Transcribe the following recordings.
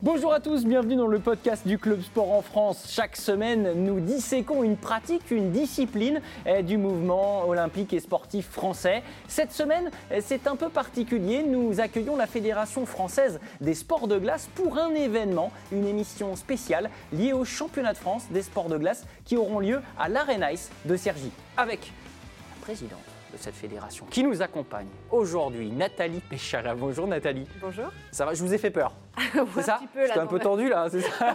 Bonjour à tous, bienvenue dans le podcast du Club Sport en France. Chaque semaine, nous disséquons une pratique, une discipline du mouvement olympique et sportif français. Cette semaine, c'est un peu particulier. Nous accueillons la Fédération française des sports de glace pour un événement, une émission spéciale liée au championnat de France des sports de glace qui auront lieu à l'Arena Ice de Cergy. Avec la présidente de cette fédération qui nous accompagne aujourd'hui, Nathalie Péchala. Bonjour Nathalie. Bonjour. Ça va, je vous ai fait peur. C'est ça? Peu, J'étais un peu tendu là, c'est ça?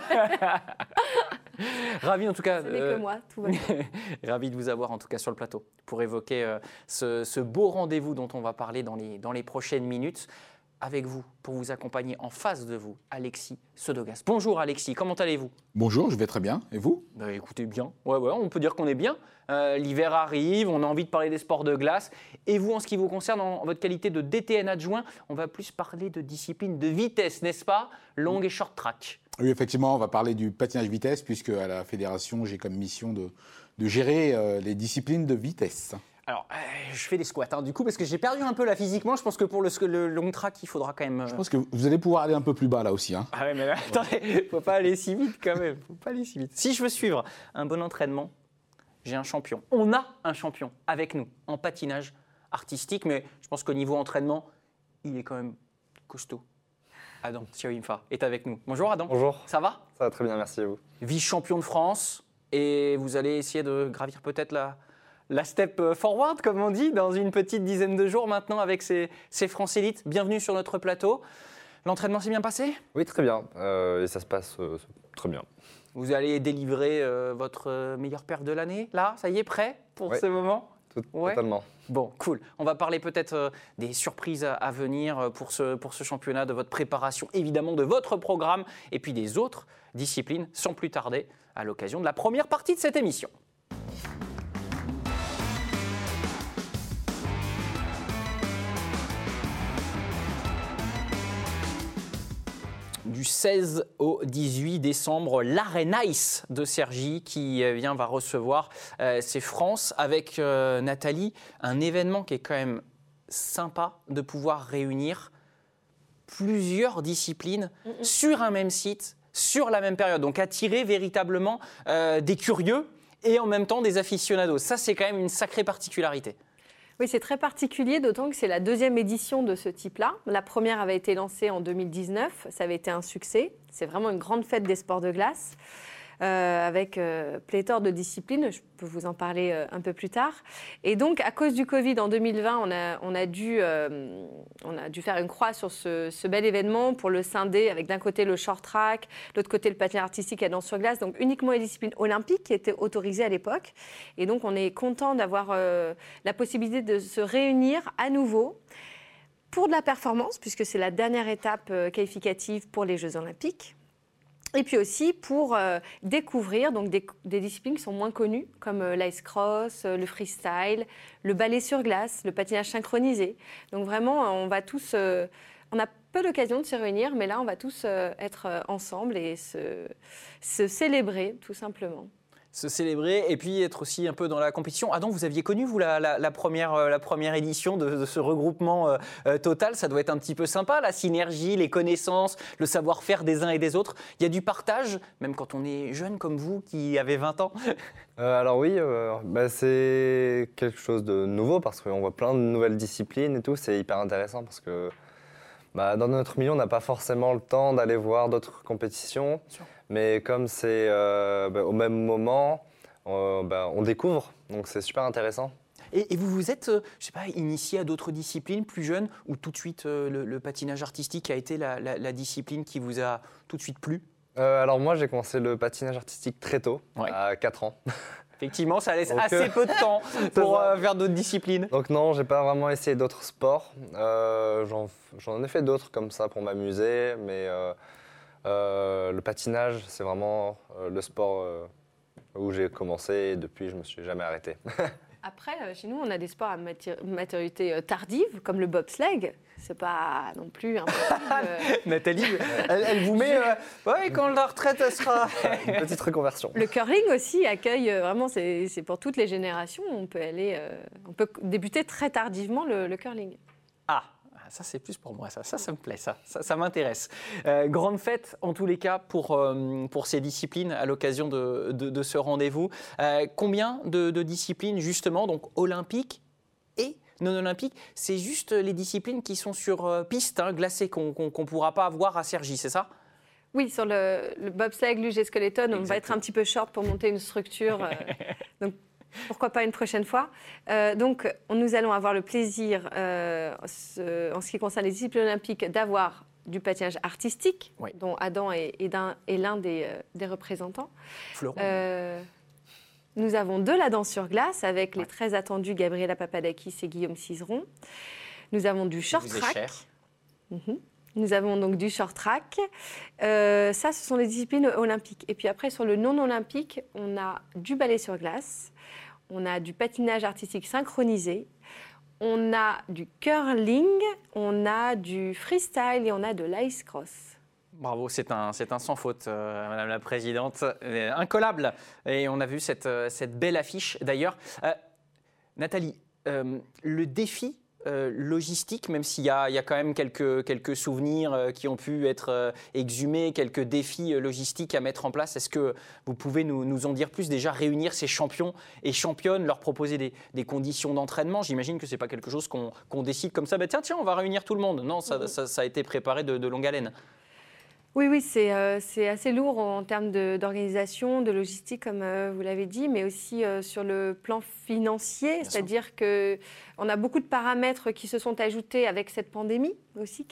Ravi en tout cas. Ce n'est que moi, tout va bien. Ravi de vous avoir en tout cas sur le plateau pour évoquer ce beau rendez-vous dont on va parler dans les prochaines minutes. Avec vous, pour vous accompagner en face de vous, Alexis Sodogas. Bonjour Alexis, comment allez-vous? Bonjour, je vais très bien. Et vous? Écoutez, bien. Ouais, on peut dire qu'on est bien. L'hiver arrive, on a envie de parler des sports de glace. Et vous, en ce qui vous concerne, en votre qualité de DTN adjoint, on va plus parler de discipline de vitesse, n'est-ce pas? Long et short track. Oui, effectivement, on va parler du patinage vitesse, puisque à la fédération, j'ai comme mission de gérer les disciplines de vitesse. Alors, je fais des squats, du coup, parce que j'ai perdu un peu là physiquement. Je pense que pour le long track, il faudra quand même... Je pense que vous allez pouvoir aller un peu plus bas là aussi. Ah ouais, mais là, attendez, faut pas aller si vite quand même. Faut pas aller si vite. Si je veux suivre un bon entraînement, j'ai un champion. On a un champion avec nous en patinage artistique, mais je pense qu'au niveau entraînement, il est quand même costaud. Adam Siroimfa est avec nous. Bonjour Adam. Bonjour. Ça va? Ça va très bien, merci à vous. Vice-champion de France, et vous allez essayer de gravir peut-être la step forward, comme on dit, dans une petite dizaine de jours maintenant avec ces France Élites. Bienvenue sur notre plateau. L'entraînement s'est bien passé? Oui, très bien. Et ça se passe très bien. Vous allez délivrer votre meilleure perf de l'année, là? Ça y est, prêt pour ce moment? Ouais. Totalement. Bon, cool. On va parler peut-être des surprises à venir pour ce championnat, de votre préparation, évidemment de votre programme, et puis des autres disciplines, sans plus tarder, à l'occasion de la première partie de cette émission. Du 16 au 18 décembre, l'Arena Ice de Cergy qui va recevoir ces France avec Nathalie, un événement qui est quand même sympa de pouvoir réunir plusieurs disciplines sur un même site, sur la même période. Donc attirer véritablement des curieux et en même temps des aficionados. Ça, c'est quand même une sacrée particularité. Oui, c'est très particulier, d'autant que c'est la deuxième édition de ce type-là. La première avait été lancée en 2019, ça avait été un succès. C'est vraiment une grande fête des sports de glace, avec pléthore de disciplines. Je peux vous en parler un peu plus tard. Et donc, à cause du Covid, en 2020, on a dû faire une croix sur ce bel événement pour le scinder avec d'un côté le short track, de l'autre côté le patinage artistique et la danse sur glace, donc uniquement les disciplines olympiques qui étaient autorisées à l'époque. Et donc, on est content d'avoir la possibilité de se réunir à nouveau pour de la performance, puisque c'est la dernière étape qualificative pour les Jeux olympiques. Et puis aussi pour découvrir donc des disciplines qui sont moins connues, comme l'ice cross, le freestyle, le ballet sur glace, le patinage synchronisé. Donc vraiment, on a peu d'occasion de se réunir, mais là, on va tous être ensemble et se célébrer, tout simplement. Se célébrer et puis être aussi un peu dans la compétition. Adam, vous aviez connu, vous, la première édition de ce regroupement total. Ça doit être un petit peu sympa, la synergie, les connaissances, le savoir-faire des uns et des autres. Il y a du partage, même quand on est jeune comme vous, qui avez 20 ans. Alors oui, c'est quelque chose de nouveau parce qu'on voit plein de nouvelles disciplines et tout. C'est hyper intéressant parce que dans notre milieu, on n'a pas forcément le temps d'aller voir d'autres compétitions. Mais comme c'est au même moment, on découvre, donc c'est super intéressant. Et vous vous êtes, initié à d'autres disciplines plus jeunes, ou tout de suite le patinage artistique a été la discipline qui vous a tout de suite plu? Alors moi, j'ai commencé le patinage artistique très tôt, à 4 ans. Effectivement, ça laisse assez peu de temps pour faire d'autres disciplines. Donc non, j'ai pas vraiment essayé d'autres sports. J'en ai fait d'autres comme ça pour m'amuser, mais le patinage, c'est vraiment le sport où j'ai commencé et depuis, je me suis jamais arrêté. Après, chez nous, on a des sports à maturité tardive, comme le bobsleigh. C'est pas non plus impossible. Nathalie, elle vous met... quand la retraite, elle sera... Une petite reconversion. Le curling aussi accueille vraiment, c'est pour toutes les générations. On peut débuter très tardivement le curling. Ah, Ça, c'est plus pour moi, ça me plaît, ça m'intéresse. Grande fête, en tous les cas, pour ces disciplines, à l'occasion de ce rendez-vous. Combien de disciplines, justement, donc olympiques et non olympiques? C'est juste les disciplines qui sont sur piste glacée, qu'on ne pourra pas avoir à Cergy, c'est ça? Oui, sur le bobsleigh, luge et skeleton, on va être un petit peu short pour monter une structure. Donc, pourquoi pas une prochaine fois. Donc, nous allons avoir le plaisir, en ce qui concerne les disciplines olympiques, d'avoir du patinage artistique, oui, dont Adam est l'un des représentants. Nous avons de la danse sur glace avec les très attendus Gabriela Papadakis et Guillaume Cizeron. Nous avons du short track. Nous avons donc du short track. Ça, ce sont les disciplines olympiques. Et puis après, sur le non olympique, on a du ballet sur glace, on a du patinage artistique synchronisé, on a du curling, on a du freestyle et on a de l'ice cross. Bravo, c'est un sans faute, Madame la Présidente. Incollable. Et on a vu cette belle affiche d'ailleurs. Nathalie, le défi logistique, même s'il y a quand même quelques souvenirs qui ont pu être exhumés, quelques défis logistiques à mettre en place. Est-ce que vous pouvez nous en dire plus? Déjà, réunir ces champions et championnes, leur proposer des conditions d'entraînement. J'imagine que ce n'est pas quelque chose qu'on décide comme ça. Tiens, on va réunir tout le monde. Non, ça a été préparé de longue haleine. Oui, c'est assez lourd en termes d'organisation, de logistique, comme vous l'avez dit, mais aussi sur le plan financier, c'est-à-dire qu'on a beaucoup de paramètres qui se sont ajoutés avec cette pandémie aussi,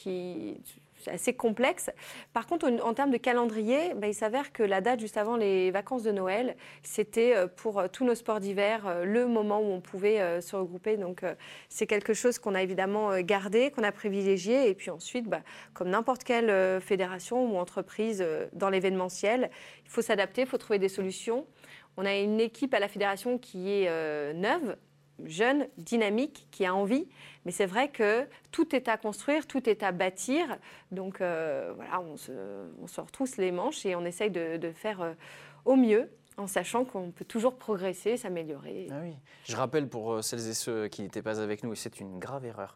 c'est assez complexe. Par contre, en termes de calendrier, il s'avère que la date juste avant les vacances de Noël, c'était pour tous nos sports d'hiver le moment où on pouvait se regrouper. Donc, c'est quelque chose qu'on a évidemment gardé, qu'on a privilégié. Et puis ensuite, comme n'importe quelle fédération ou entreprise dans l'événementiel, il faut s'adapter, il faut trouver des solutions. On a une équipe à la fédération qui est neuve, jeune, dynamique, qui a envie. Mais c'est vrai que tout est à construire, tout est à bâtir. Donc voilà, on se retrousse les manches et on essaye de faire au mieux, en sachant qu'on peut toujours progresser, s'améliorer. Ah oui. Je rappelle pour celles et ceux qui n'étaient pas avec nous, et c'est une grave erreur,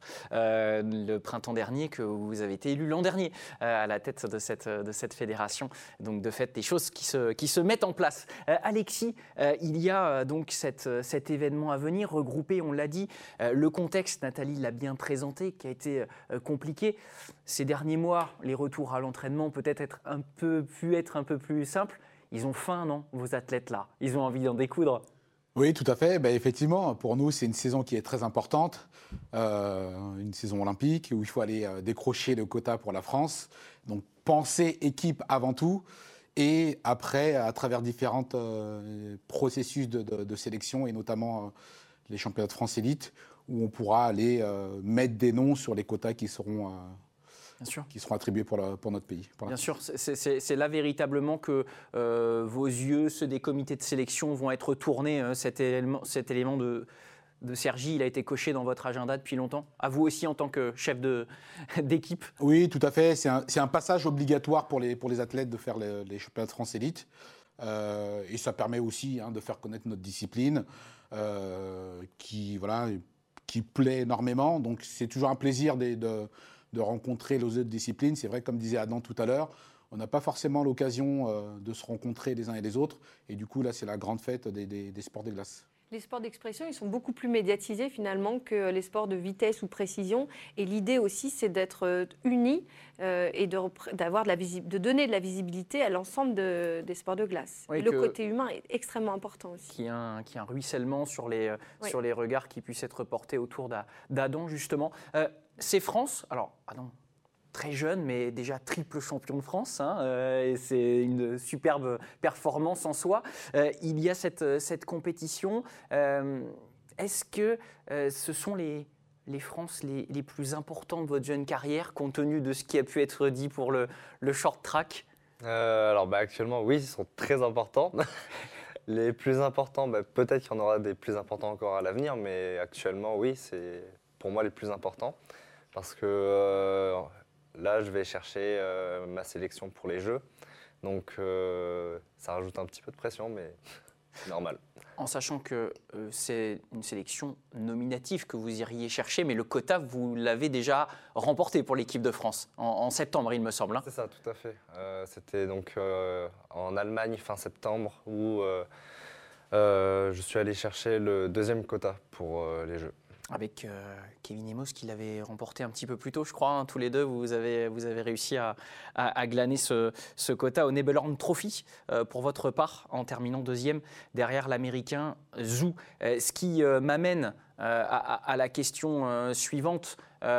le printemps dernier que vous avez été élu l'an dernier à la tête de cette fédération. Donc de fait, des choses qui se mettent en place. Alexis, il y a donc cet événement à venir, regroupé, on l'a dit, le contexte, Nathalie l'a bien présenté, qui a été compliqué. Ces derniers mois, les retours à l'entraînement peut-être pu être un peu plus simples. Ils ont faim, non, vos athlètes-là? Ils ont envie d'en découdre? Oui, tout à fait. Effectivement, pour nous, c'est une saison qui est très importante, une saison olympique où il faut aller décrocher le quota pour la France. Donc, penser équipe avant tout. Et après, à travers différents processus de sélection, et notamment les championnats de France élite, où on pourra aller mettre des noms sur les quotas qui seront attribués pour notre pays. Bien sûr, c'est là véritablement que vos yeux, ceux des comités de sélection, vont être tournés. Cet élément de Cergy, il a été coché dans votre agenda depuis longtemps. À vous aussi en tant que chef d'équipe. Oui, tout à fait. C'est un passage obligatoire pour les athlètes de faire les championnats de France élite. Et ça permet aussi de faire connaître notre discipline qui plaît énormément. Donc c'est toujours un plaisir de rencontrer les autres disciplines. C'est vrai, comme disait Adam tout à l'heure, on n'a pas forcément l'occasion de se rencontrer les uns et les autres. Et du coup, là, c'est la grande fête des sports de glace. Les sports d'expression, ils sont beaucoup plus médiatisés finalement que les sports de vitesse ou précision. Et l'idée aussi, c'est d'être unis et de donner de la visibilité à l'ensemble des sports de glace. Oui, et le côté humain est extrêmement important aussi. Qu'il y ait un ruissellement sur les regards qui puissent être portés autour d'Adam, justement. C'est France. Alors, Adam, très jeune, mais déjà triple champion de France. Et c'est une superbe performance en soi. Il y a cette compétition. Est-ce que ce sont les France les plus importants de votre jeune carrière, compte tenu de ce qui a pu être dit pour le short track? Actuellement, oui, ils sont très importants. Les plus importants, peut-être qu'il y en aura des plus importants encore à l'avenir, mais actuellement, oui, c'est pour moi les plus importants. Parce que là, je vais chercher ma sélection pour les Jeux. Donc, ça rajoute un petit peu de pression, mais c'est normal. En sachant que c'est une sélection nominative que vous iriez chercher, mais le quota, vous l'avez déjà remporté pour l'équipe de France, en septembre, il me semble. C'est ça, tout à fait. C'était donc en Allemagne fin septembre où je suis allé chercher le 2e quota pour les Jeux. Avec Kevin Emos qui l'avait remporté un petit peu plus tôt, je crois. Tous les deux, vous avez réussi à glaner ce quota au Nebelhorn Trophy pour votre part, en terminant 2e derrière l'Américain Zhou. Ce qui m'amène à la question suivante.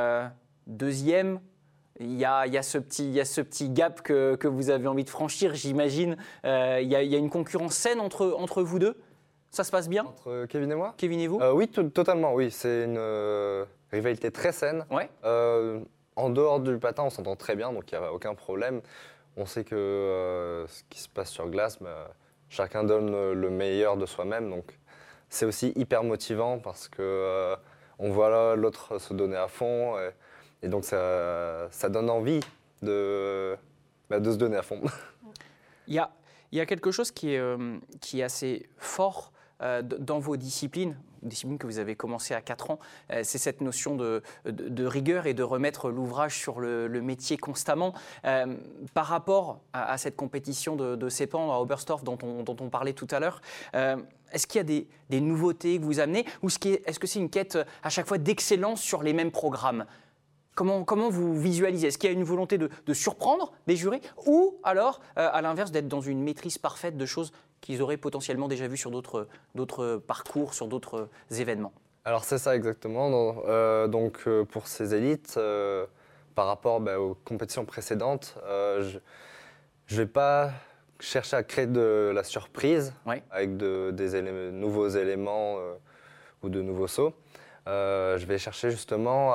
2e, il y a ce petit gap que vous avez envie de franchir, j'imagine. Il y a une concurrence saine entre vous deux. Ça se passe bien Entre Kevin et moi? Kevin et vous? Oui, totalement, oui. C'est une rivalité très saine. Ouais. En dehors du patin, on s'entend très bien, donc il n'y a aucun problème. On sait que ce qui se passe sur glace, chacun donne le meilleur de soi-même. Donc c'est aussi hyper motivant parce que on voit l'autre se donner à fond. Et donc ça donne envie de se donner à fond. Il y a quelque chose qui est assez fort dans vos disciplines que vous avez commencé à 4 ans, c'est cette notion de rigueur et de remettre l'ouvrage sur le métier constamment. Par rapport à cette compétition de Septembre à Oberstdorf dont on parlait tout à l'heure, est-ce qu'il y a des nouveautés que vous amenez ou est-ce que c'est une quête à chaque fois d'excellence sur les mêmes programmes ? Comment vous visualisez? Est-ce qu'il y a une volonté de surprendre des jurés ou alors, à l'inverse, d'être dans une maîtrise parfaite de choses qu'ils auraient potentiellement déjà vues sur d'autres parcours, sur d'autres événements? Alors c'est ça exactement. Donc pour ces élites, par rapport aux compétitions précédentes, je ne vais pas chercher à créer de la surprise avec des nouveaux éléments ou de nouveaux sauts. Je vais chercher justement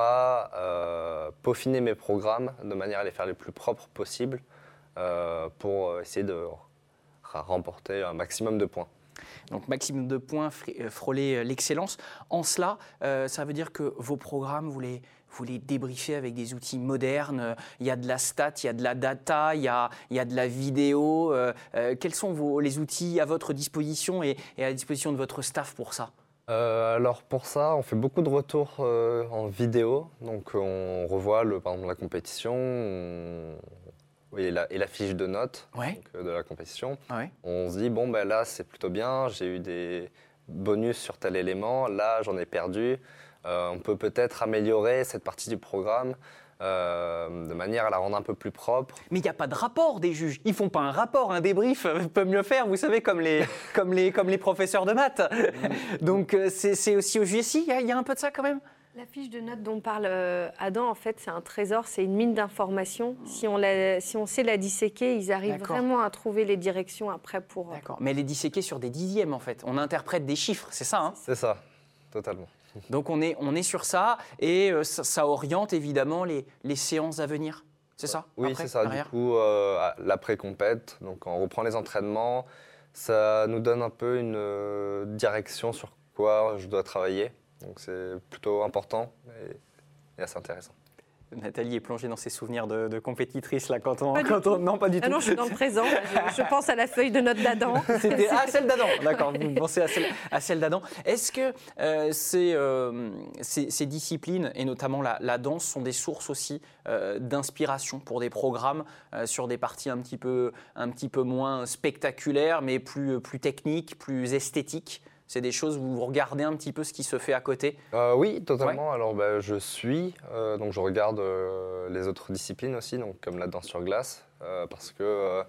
à peaufiner mes programmes de manière à les faire les plus propres possibles pour essayer de remporter un maximum de points. Donc maximum de points, frôler l'excellence. En cela, ça veut dire que vos programmes, vous les débriefez avec des outils modernes. Il y a de la stat, il y a de la data, il y a de la vidéo. Quels sont les outils à votre disposition et à la disposition de votre staff pour ça ? Alors pour ça, on fait beaucoup de retours en vidéo. Donc on revoit par exemple la compétition et la fiche de notes de la compétition. Ouais. On se dit, là c'est plutôt bien, j'ai eu des bonus sur tel élément, là j'en ai perdu. On peut peut-être améliorer cette partie du programme de manière à la rendre un peu plus propre. Mais il n'y a pas de rapport des juges. Ils ne font pas un rapport, un débrief. Ils peuvent le faire, vous savez, comme les professeurs de maths. Donc c'est aussi au JSI, il y a un peu de ça quand même. La fiche de notes dont parle Adam, en fait, c'est un trésor, c'est une mine d'informations. Si on sait la disséquer, ils arrivent vraiment à trouver les directions après pour... D'accord, mais elle est disséquée sur des dixièmes, en fait. On interprète des chiffres, c'est ça, hein ? C'est ça, totalement. Donc on est sur ça, et ça oriente évidemment les séances à venir. C'est ça ? Oui, c'est ça. Du coup, l'après-compète, donc on reprend les entraînements, ça nous donne un peu une direction sur quoi je dois travailler. Donc c'est plutôt important et assez intéressant. Nathalie est plongée dans ses souvenirs de compétitrice là quand on non pas du tout. Ah non, je suis dans le présent. Je pense à la feuille de notes d'Adam. C'était celle d'Adam. D'accord. Vous pensez à celle d'Adam. Est-ce que ces disciplines et notamment la danse sont des sources aussi d'inspiration pour des programmes sur des parties un petit peu moins spectaculaires mais plus techniques, plus esthétiques? C'est des choses où vous regardez un petit peu ce qui se fait à côté? Oui, totalement. Ouais. Alors, je suis, donc je regarde les autres disciplines aussi, donc, comme la danse sur glace, parce que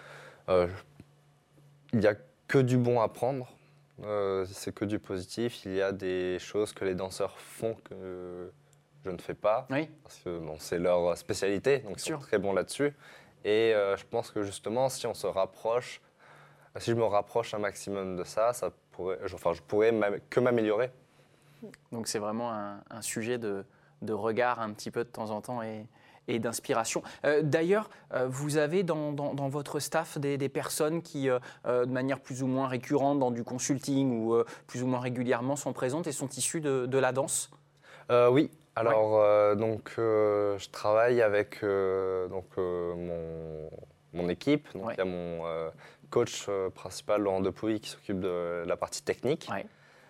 il n'y a que du bon à prendre, c'est que du positif. Il y a des choses que les danseurs font que je ne fais pas, parce que c'est leur spécialité, donc ils sont très bons là-dessus. Et je pense que justement, si je me rapproche un maximum de ça, je pourrais que m'améliorer. Donc c'est vraiment un sujet de regard un petit peu de temps en temps et d'inspiration. D'ailleurs, vous avez dans votre staff des personnes qui, de manière plus ou moins récurrente dans du consulting ou plus ou moins régulièrement sont présentes et sont issues de la danse? Oui. Alors, je travaille avec mon mon équipe. Donc, Ouais. il y a mon coach principal, Laurent Depuy, qui s'occupe de la partie technique. Ouais.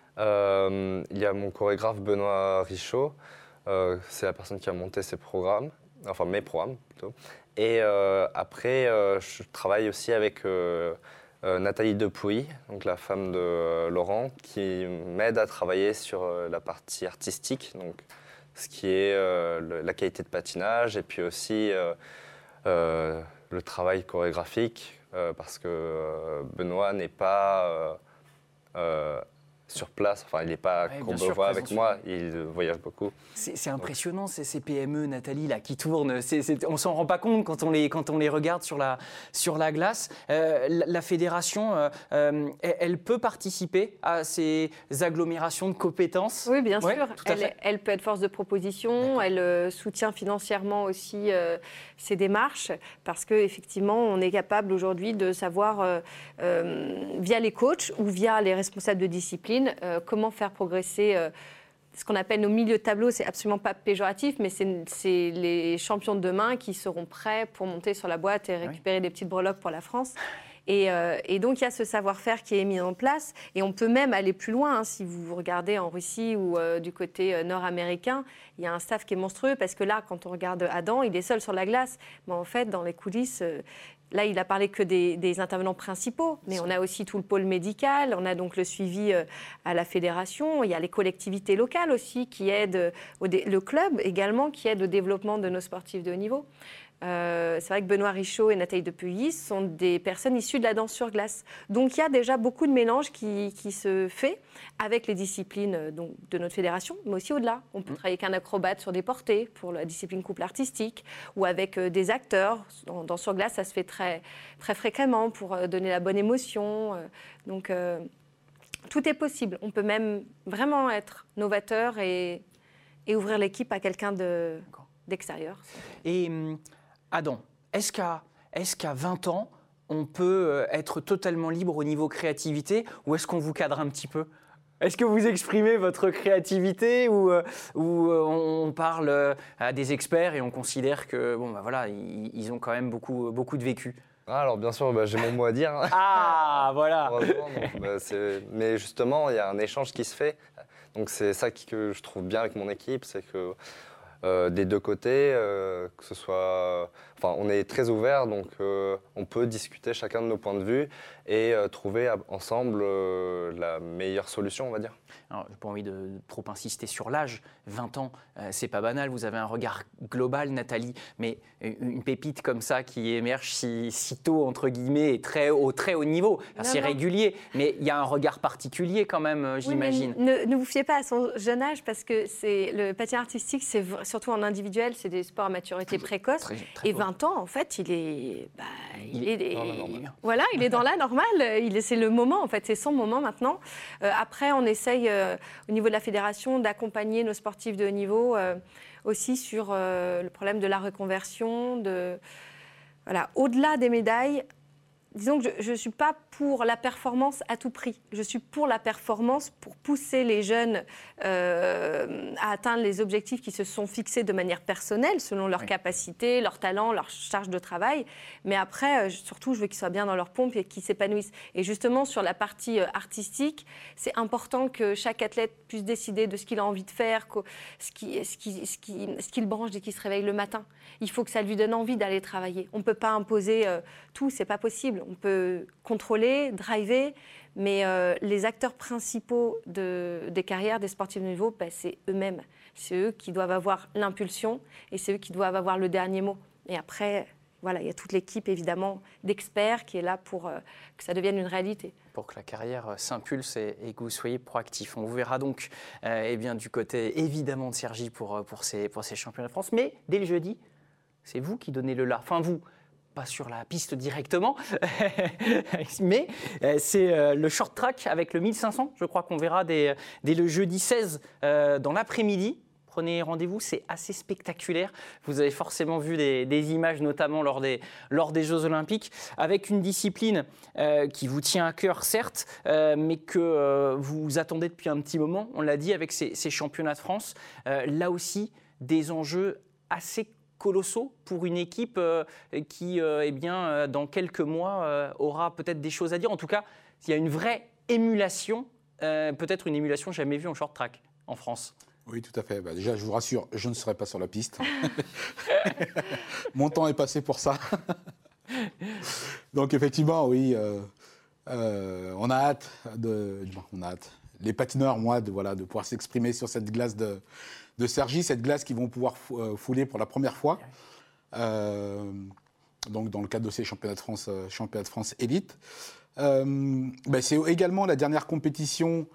Il y a mon chorégraphe, Benoît Richaud. C'est la personne qui a monté ces programmes, enfin mes programmes plutôt. Et après, je travaille aussi avec Nathalie Depuy, donc la femme de Laurent, qui m'aide à travailler sur la partie artistique, donc ce qui est la qualité de patinage et puis aussi le travail chorégraphique, parce que Benoît n'est pas sur place, enfin il n'est pas Ouais, bien Courbevoie sûr, avec présent moi, il voyage beaucoup. C'est impressionnant ces PME, Nathalie, là, qui tournent. On s'en rend pas compte quand on les regarde sur la glace. La fédération, elle peut participer à ces agglomérations de compétences. Oui, bien Ouais, sûr. tout à fait. Elle peut être force de proposition. Elle soutient financièrement aussi ces démarches parce qu'effectivement, on est capable aujourd'hui de savoir, via les coachs ou via les responsables de discipline, comment faire progresser ce qu'on appelle nos milieux de tableau. C'est absolument pas péjoratif, mais c'est les champions de demain qui seront prêts pour monter sur la boîte et récupérer des petites breloques pour la France. Et donc, il y a ce savoir-faire qui est mis en place. Et on peut même aller plus loin. Hein, si vous regardez en Russie ou du côté nord-américain, il y a un staff qui est monstrueux. Parce que là, quand on regarde Adam, il est seul sur la glace. Mais en fait, dans les coulisses, là, il a parlé que des intervenants principaux. Mais on a aussi tout le pôle médical. On a donc le suivi à la fédération. Il y a les collectivités locales aussi qui aident, le club également qui aide au développement de nos sportifs de haut niveau. C'est vrai que Benoît Richaud et Nathalie Depuy sont des personnes issues de la danse sur glace. Donc il y a déjà beaucoup de mélange qui se fait avec les disciplines donc, de notre fédération, mais aussi au-delà. On peut travailler avec un acrobate sur des portées pour la discipline couple artistique ou avec des acteurs. En danse sur glace, ça se fait très, très fréquemment pour donner la bonne émotion. Donc tout est possible. On peut même vraiment être novateur et ouvrir l'équipe à quelqu'un d'extérieur. Et Adam, est-ce qu'à 20 ans, on peut être totalement libre au niveau créativité ou est-ce qu'on vous cadre un petit peu ? Est-ce que vous exprimez votre créativité ou on parle à des experts et on considère que bon, bah voilà, ils ont quand même beaucoup de vécu ? Alors bien sûr, j'ai mon mot à dire. Hein. Ah, voilà. Heureusement, donc, mais justement, il y a un échange qui se fait. Donc c'est ça que je trouve bien avec mon équipe, c'est que des deux côtés, que ce soit, enfin, on est très ouvert, donc on peut discuter chacun de nos points de vue et trouver ensemble la meilleure solution, on va dire. Alors, j'ai pas envie de trop insister sur l'âge. 20 ans, c'est pas banal. Vous avez un regard global, Nathalie, mais une pépite comme ça qui émerge si tôt, entre guillemets, et très haut niveau. C'est régulier, mais il y a un regard particulier quand même, j'imagine. Oui, ne vous fiez pas à son jeune âge parce que le patin artistique, c'est surtout en individuel, c'est des sports à maturité précoce. Très et 20 ans, en fait, il est dans la normale. C'est le moment, en fait, c'est son moment maintenant. Après, on essaye au niveau de la fédération d'accompagner nos sportifs de haut niveau aussi sur le problème de la reconversion, au-delà des médailles. Disons que je ne suis pas pour la performance à tout prix. Je suis pour la performance pour pousser les jeunes à atteindre les objectifs qui se sont fixés de manière personnelle, selon leurs capacités, leurs talents, leur charge de travail. Mais après, surtout, je veux qu'ils soient bien dans leur pompe et qu'ils s'épanouissent. Et justement, sur la partie artistique, c'est important que chaque athlète puisse décider de ce qu'il a envie de faire, ce qui le branche dès qu'il se réveille le matin. Il faut que ça lui donne envie d'aller travailler. On ne peut pas imposer tout, ce n'est pas possible. On peut contrôler, driver, mais les acteurs principaux des carrières des sportifs de niveau, c'est eux-mêmes. C'est eux qui doivent avoir l'impulsion et c'est eux qui doivent avoir le dernier mot. Et après, voilà, il y a toute l'équipe, évidemment, d'experts qui est là pour que ça devienne une réalité. Pour que la carrière s'impulse et que vous soyez proactifs. On vous verra donc du côté, évidemment, de Cergy pour ces championnats de France. Mais dès le jeudi, c'est vous qui donnez le là. Enfin, vous, pas sur la piste directement, mais c'est le short track avec le 1500. Je crois qu'on verra dès le jeudi 16 dans l'après-midi. Prenez rendez-vous, c'est assez spectaculaire. Vous avez forcément vu des images, notamment lors des Jeux Olympiques, avec une discipline qui vous tient à cœur, certes, mais que vous attendez depuis un petit moment. On l'a dit avec ces championnats de France. Là aussi, des enjeux assez colossaux pour une équipe qui, dans quelques mois, aura peut-être des choses à dire. En tout cas, il y a une vraie émulation, peut-être une émulation jamais vue en short track en France. Oui, tout à fait. Déjà, je vous rassure, je ne serai pas sur la piste. Mon temps est passé pour ça. Donc, effectivement, oui, on a hâte. Les patineurs, de pouvoir s'exprimer sur cette glace de Cergy, cette glace qu'ils vont pouvoir fouler pour la première fois. Donc, dans le cadre de ces championnats de France élite. C'est également la dernière compétition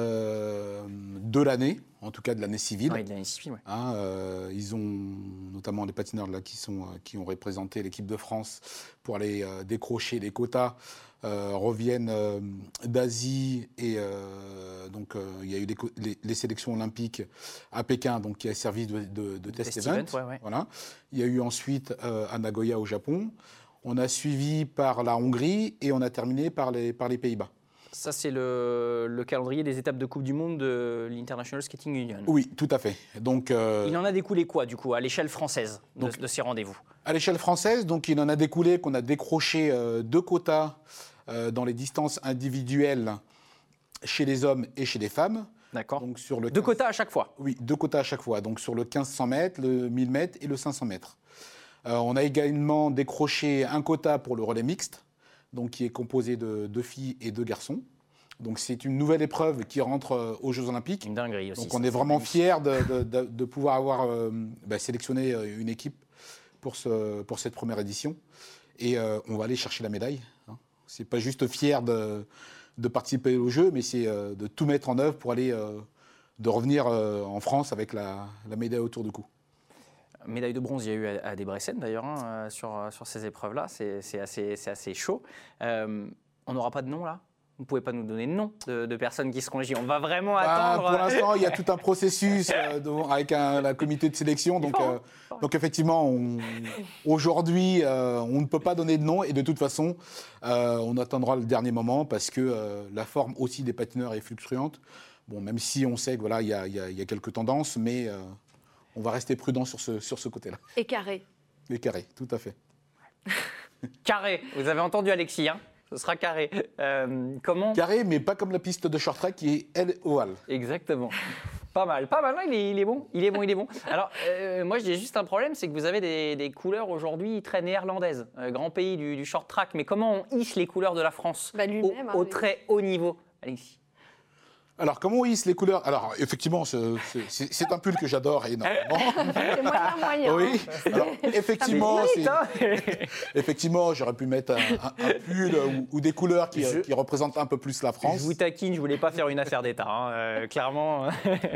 de l'année, en tout cas de l'année civile. Oui, de l'année civile, ouais. Ils ont notamment les patineurs là, qui ont représenté l'équipe de France pour aller décrocher les quotas, reviennent d'Asie et donc il y a eu les sélections olympiques à Pékin, donc qui a servi de test event. Ouais. Voilà. Il y a eu ensuite à Nagoya au Japon. On a suivi par la Hongrie et on a terminé par les Pays-Bas. Ça, c'est le calendrier des étapes de Coupe du Monde de l'International Skating Union. Oui, tout à fait. Donc, il en a découlé quoi, du coup, à l'échelle française de ces rendez-vous? À l'échelle française, donc, il en a découlé qu'on a décroché 2 quotas dans les distances individuelles chez les hommes et chez les femmes. D'accord. Donc, sur le 2 quotas à chaque fois? Oui, 2 quotas à chaque fois. Donc, sur le 1500 mètres, le 1000 mètres et le 500 mètres. On a également décroché un quota pour le relais mixte, donc qui est composé de 2 filles et 2 garçons. Donc c'est une nouvelle épreuve qui rentre aux Jeux Olympiques. Une dinguerie aussi. Donc on est vraiment fiers de pouvoir avoir sélectionné une équipe pour cette première édition. Et on va aller chercher la médaille. C'est pas juste fier de participer aux Jeux, mais c'est de tout mettre en œuvre pour aller de revenir en France avec la médaille autour du cou. Médaille de bronze, il y a eu à Debrecen d'ailleurs sur ces épreuves-là. C'est assez chaud. On n'aura pas de nom là? Vous ne pouvez pas nous donner de nom de personnes qui seront légies. On va vraiment attendre. Pour l'instant, il y a tout un processus avec la comité de sélection. Donc effectivement, aujourd'hui, on ne peut pas donner de nom. Et de toute façon, on attendra le dernier moment parce que la forme aussi des patineurs est fluctuante. Bon, même si on sait que voilà, il y a quelques tendances, mais on va rester prudent sur ce côté-là. Et carré. Et carré, tout à fait. Carré. Vous avez entendu Alexis, hein? Ce sera carré. Comment? Carré, mais pas comme la piste de short track qui est, elle, ovale. Exactement. Pas mal. Non, il est bon. Alors, moi, j'ai juste un problème, c'est que vous avez des couleurs aujourd'hui très néerlandaises. Grand pays du short track. Mais comment on hisse les couleurs de la France au très haut niveau, Alexis? Alors, comment on hisse les couleurs? Alors, effectivement, c'est un pull que j'adore énormément. C'est moyen. Oui. Alors, effectivement, j'aurais pu mettre un pull ou des couleurs qui représentent un peu plus la France. Je vous taquine, je voulais pas faire une affaire d'État, hein, clairement.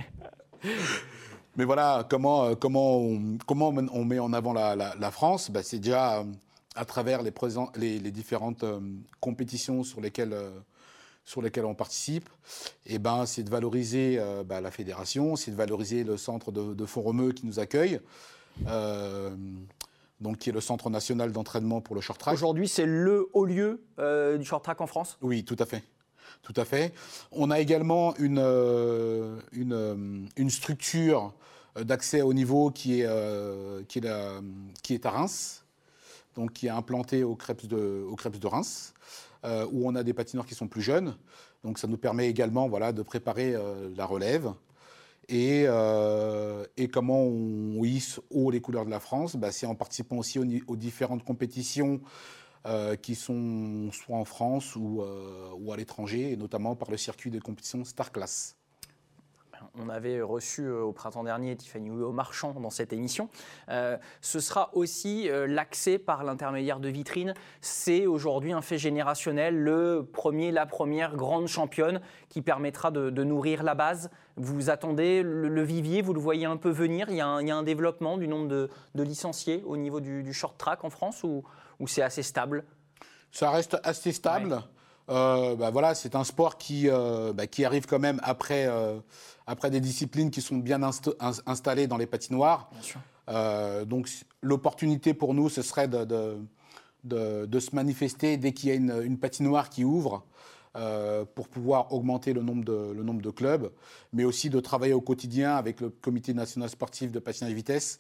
Mais voilà, comment on met en avant la France? C'est déjà à travers les différentes compétitions sur lesquelles on participe, et c'est de valoriser la fédération, c'est de valoriser le centre de Font-Romeu qui nous accueille, donc qui est le centre national d'entraînement pour le short track. Aujourd'hui, c'est le haut lieu du short track en France? Oui, tout à fait. Tout à fait. On a également une structure d'accès au niveau qui est à Reims, donc qui est implantée au Krebs de Reims. Où on a des patineurs qui sont plus jeunes. Donc ça nous permet également de préparer la relève. Et comment on hisse haut les couleurs de la France? C'est en participant aussi aux différentes compétitions qui sont soit en France ou à l'étranger, et notamment par le circuit de compétition Star Class. On avait reçu au printemps dernier Tiffany Marchand dans cette émission. Ce sera aussi l'accès par l'intermédiaire de vitrines. C'est aujourd'hui un fait générationnel, la première grande championne qui permettra de nourrir la base. Vous attendez le vivier, vous le voyez un peu venir. Il y a un développement du nombre de licenciés au niveau du short track en France ou c'est assez stable? Ça reste assez stable. Ouais. C'est un sport qui arrive quand même après des disciplines qui sont bien installées dans les patinoires. Bien sûr. Donc l'opportunité pour nous, ce serait de se manifester dès qu'il y a une patinoire qui ouvre pour pouvoir augmenter le nombre de clubs, mais aussi de travailler au quotidien avec le Comité national sportif de patinage vitesse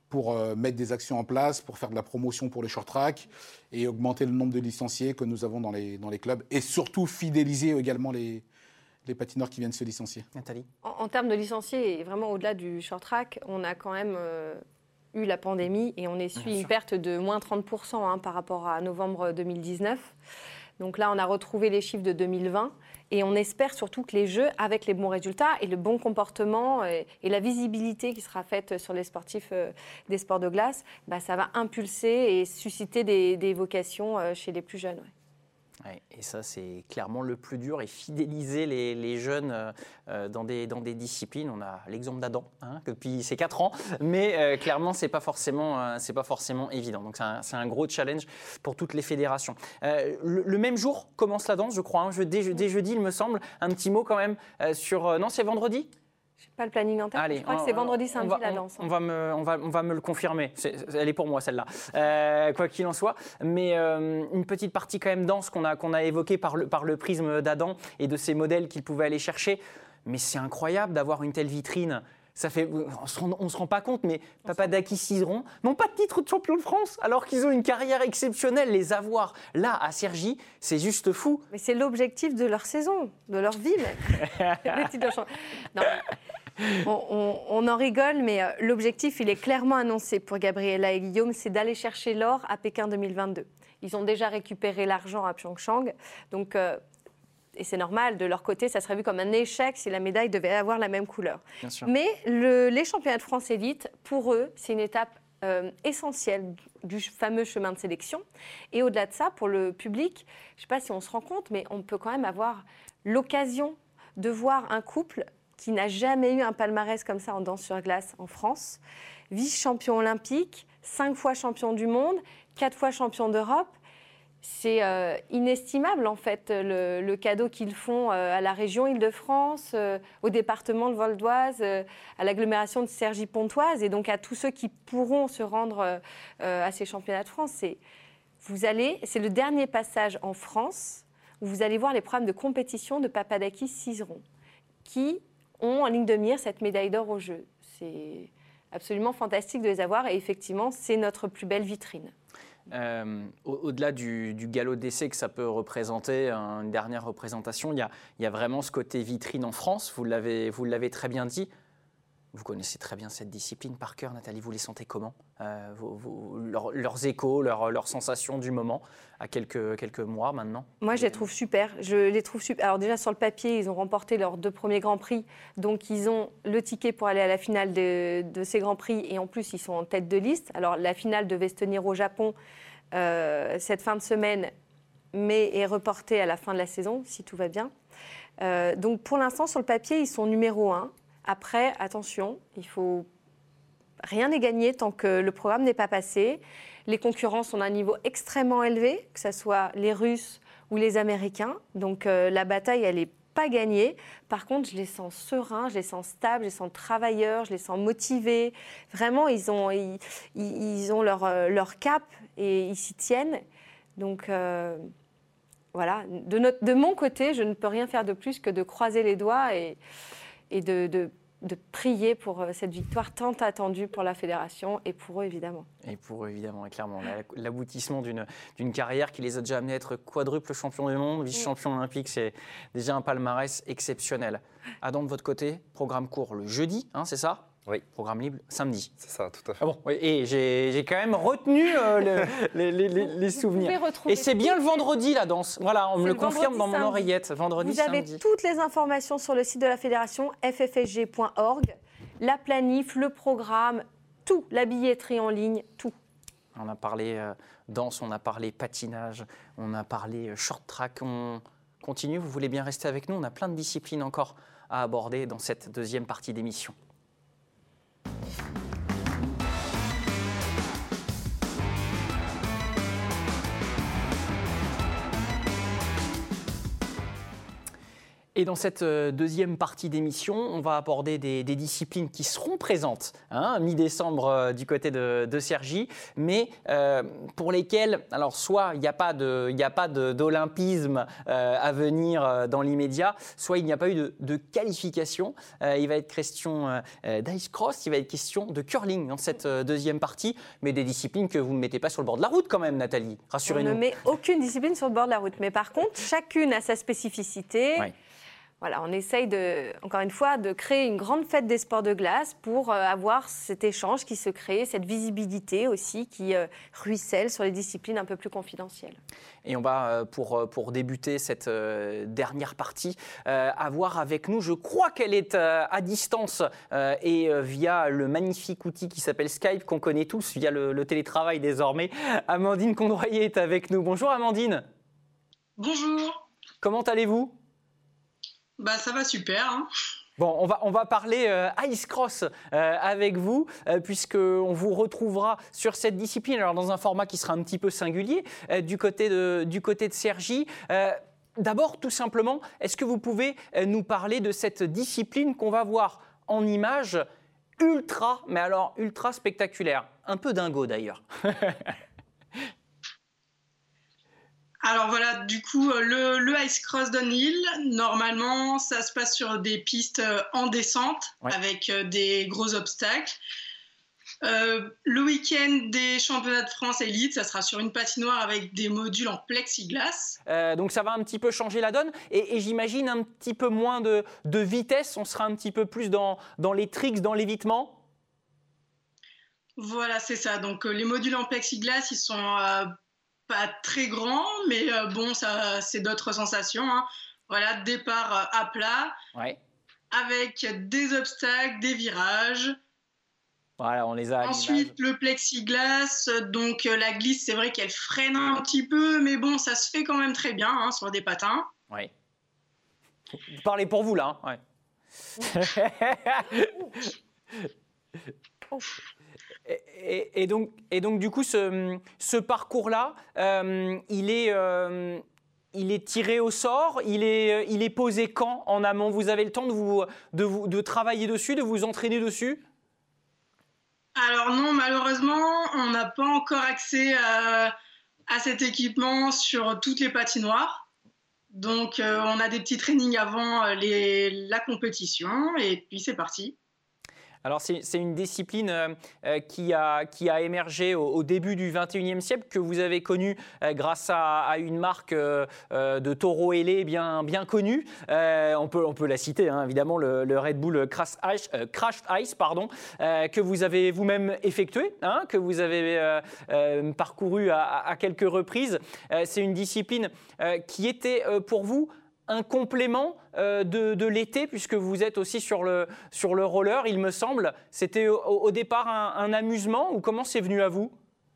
pour mettre des actions en place, pour faire de la promotion pour le short track et augmenter le nombre de licenciés que nous avons dans les clubs et surtout fidéliser également les patineurs qui viennent se licencier. Nathalie ? En termes de licenciés, et vraiment au-delà du short track, on a quand même eu la pandémie et on essuie une perte de moins 30% par rapport à novembre 2019. Donc là, on a retrouvé les chiffres de 2020 et on espère surtout que les Jeux, avec les bons résultats et le bon comportement et la visibilité qui sera faite sur les sportifs des sports de glace, ça va impulser et susciter des vocations chez les plus jeunes. Ouais. Ouais, et ça, c'est clairement le plus dur, et fidéliser les jeunes dans des disciplines. On a l'exemple d'Adam, depuis ses 4 ans, mais clairement, c'est pas forcément évident. Donc, c'est un gros challenge pour toutes les fédérations. Le même jour commence la danse, je crois, dès jeudi, il me semble. Un petit mot quand même sur... Non, c'est vendredi ? Je n'ai pas le planning en tête. Allez, je crois que c'est vendredi, samedi, la danse. On va me le confirmer. Elle est pour moi, celle-là. Quoi qu'il en soit. Mais une petite partie quand même danse qu'on a évoquée par le prisme d'Adam et de ces modèles qu'il pouvait aller chercher. Mais c'est incroyable d'avoir une telle vitrine. Ça fait, on ne se rend pas compte, mais Papadakis, Cizeron n'ont pas de titre de champion de France, alors qu'ils ont une carrière exceptionnelle. Les avoir là, à Cergy, c'est juste fou. Mais c'est l'objectif de leur saison, de leur vie. Le titre de champion. Non. On en rigole, mais l'objectif, il est clairement annoncé pour Gabriela et Guillaume, c'est d'aller chercher l'or à Pékin 2022. Ils ont déjà récupéré l'argent à Pyeongchang, donc... et c'est normal, de leur côté, ça serait vu comme un échec si la médaille devait avoir la même couleur. Bien sûr. Mais les championnats de France élite, pour eux, c'est une étape essentielle du fameux chemin de sélection. Et au-delà de ça, pour le public, je ne sais pas si on se rend compte, mais on peut quand même avoir l'occasion de voir un couple qui n'a jamais eu un palmarès comme ça en danse sur glace en France, vice-champion olympique, 5 fois champion du monde, 4 fois champion d'Europe. C'est inestimable, en fait, le cadeau qu'ils font à la région Île-de-France, au département de Val d'Oise, à l'agglomération de Cergy-Pontoise, et donc à tous ceux qui pourront se rendre à ces championnats de France. C'est le dernier passage en France où vous allez voir les programmes de compétition de Papadakis Cizeron, qui ont en ligne de mire cette médaille d'or aux Jeux. C'est absolument fantastique de les avoir, et effectivement, c'est notre plus belle vitrine. Au-delà du galop d'essai que ça peut représenter, une dernière représentation, il y a vraiment ce côté vitrine en France, vous l'avez très bien dit. Vous connaissez très bien cette discipline par cœur, Nathalie, vous les sentez comment leurs échos, leurs sensations du moment, à quelques mois maintenant? Moi, je les trouve super. Alors déjà, sur le papier, ils ont remporté leurs 2 premiers Grands Prix, donc ils ont le ticket pour aller à la finale de ces Grands Prix, et en plus, ils sont en tête de liste. Alors, la finale devait se tenir au Japon cette fin de semaine, mais est reportée à la fin de la saison, si tout va bien. Donc, pour l'instant, sur le papier, ils sont numéro 1. Après, attention, rien n'est gagné tant que le programme n'est pas passé. Les concurrents sont d'un niveau extrêmement élevé, que ce soit les Russes ou les Américains. Donc la bataille, elle n'est pas gagnée. Par contre, je les sens sereins, je les sens stables, je les sens travailleurs, je les sens motivés. Vraiment, ils ont leur cap et ils s'y tiennent. Donc voilà, de mon côté, je ne peux rien faire de plus que de croiser les doigts et de prier pour cette victoire tant attendue pour la fédération et pour eux, évidemment. Et pour eux, évidemment, et clairement. L'aboutissement d'une carrière qui les a déjà amenés à être quadruple champion du monde, vice-champion olympique, c'est déjà un palmarès exceptionnel. Adam, de votre côté, programme court le jeudi, c'est ça ? Oui. Programme libre samedi. C'est ça, tout à fait. Ah bon, oui, et j'ai quand même retenu les souvenirs. Et c'est bien le vendredi, la danse. Voilà, on me le confirme dans mon oreillette. Vendredi, samedi. Vous avez toutes les informations sur le site de la fédération, ffsg.org. La planif, le programme, tout, la billetterie en ligne, tout. On a parlé danse, on a parlé patinage, on a parlé short track. On continue, vous voulez bien rester avec nous? On a plein de disciplines encore à aborder dans cette deuxième partie d'émission. Et dans cette deuxième partie d'émission, on va aborder des disciplines qui seront présentes mi-décembre du côté de Cergy, mais pour lesquelles, alors soit il n'y a pas d'olympisme à venir dans l'immédiat, soit il n'y a pas eu de qualification. Il va être question d'ice cross, il va être question de curling dans cette deuxième partie, mais des disciplines que vous ne mettez pas sur le bord de la route quand même, Nathalie. Rassurez-nous. On ne met aucune discipline sur le bord de la route, mais par contre, chacune a sa spécificité. Ouais. Voilà, on essaye, encore une fois, de créer une grande fête des sports de glace pour avoir cet échange qui se crée, cette visibilité aussi qui ruisselle sur les disciplines un peu plus confidentielles. Et on va, pour débuter cette dernière partie, avoir avec nous, je crois qu'elle est à distance et via le magnifique outil qui s'appelle Skype, qu'on connaît tous via le télétravail désormais. Amandine Condroyer est avec nous. Bonjour Amandine. Bonjour. Comment allez-vous ? Bah ça va super. Hein. Bon, on va parler ice cross avec vous, puisqu'on vous retrouvera sur cette discipline, alors dans un format qui sera un petit peu singulier, du côté de Cergy. D'abord, tout simplement, est-ce que vous pouvez nous parler de cette discipline qu'on va voir en images ultra spectaculaire, un peu dingo d'ailleurs. Alors voilà, du coup, le ice cross downhill, normalement, ça se passe sur des pistes en descente, ouais, avec des gros obstacles. Le week-end des championnats de France élite, ça sera sur une patinoire avec des modules en plexiglas. Donc ça va un petit peu changer la donne et j'imagine un petit peu moins de vitesse, on sera un petit peu plus dans les tricks, dans l'évitement. Voilà, c'est ça. Donc les modules en plexiglas, ils sont pas très grands, mais bon, ça, c'est d'autres sensations. Hein. Voilà, départ à plat, ouais, avec des obstacles, des virages. Voilà, on les a. Ensuite, le plexiglas, donc la glisse, c'est vrai qu'elle freine un petit peu, mais bon, ça se fait quand même très bien hein, sur des patins. Oui. Vous parlez pour vous là. Hein, ouais. Et donc, du coup, ce parcours-là, il est tiré au sort, il est posé quand en amont? Vous avez le temps de travailler dessus, de vous entraîner dessus? Alors non, malheureusement, on n'a pas encore accès à cet équipement sur toutes les patinoires. Donc, on a des petits trainings avant la compétition et puis c'est parti. Alors, c'est une discipline qui a émergé au début du XXIe siècle, que vous avez connue grâce à une marque de taureaux ailés bien connue. On peut la citer, hein, évidemment, le Red Bull Crashed Ice, que vous avez vous-même effectué, hein, que vous avez parcouru à quelques reprises. C'est une discipline qui était pour vous un complément de l'été, puisque vous êtes aussi sur le roller, il me semble. C'était au départ un amusement, ou comment c'est venu à vous?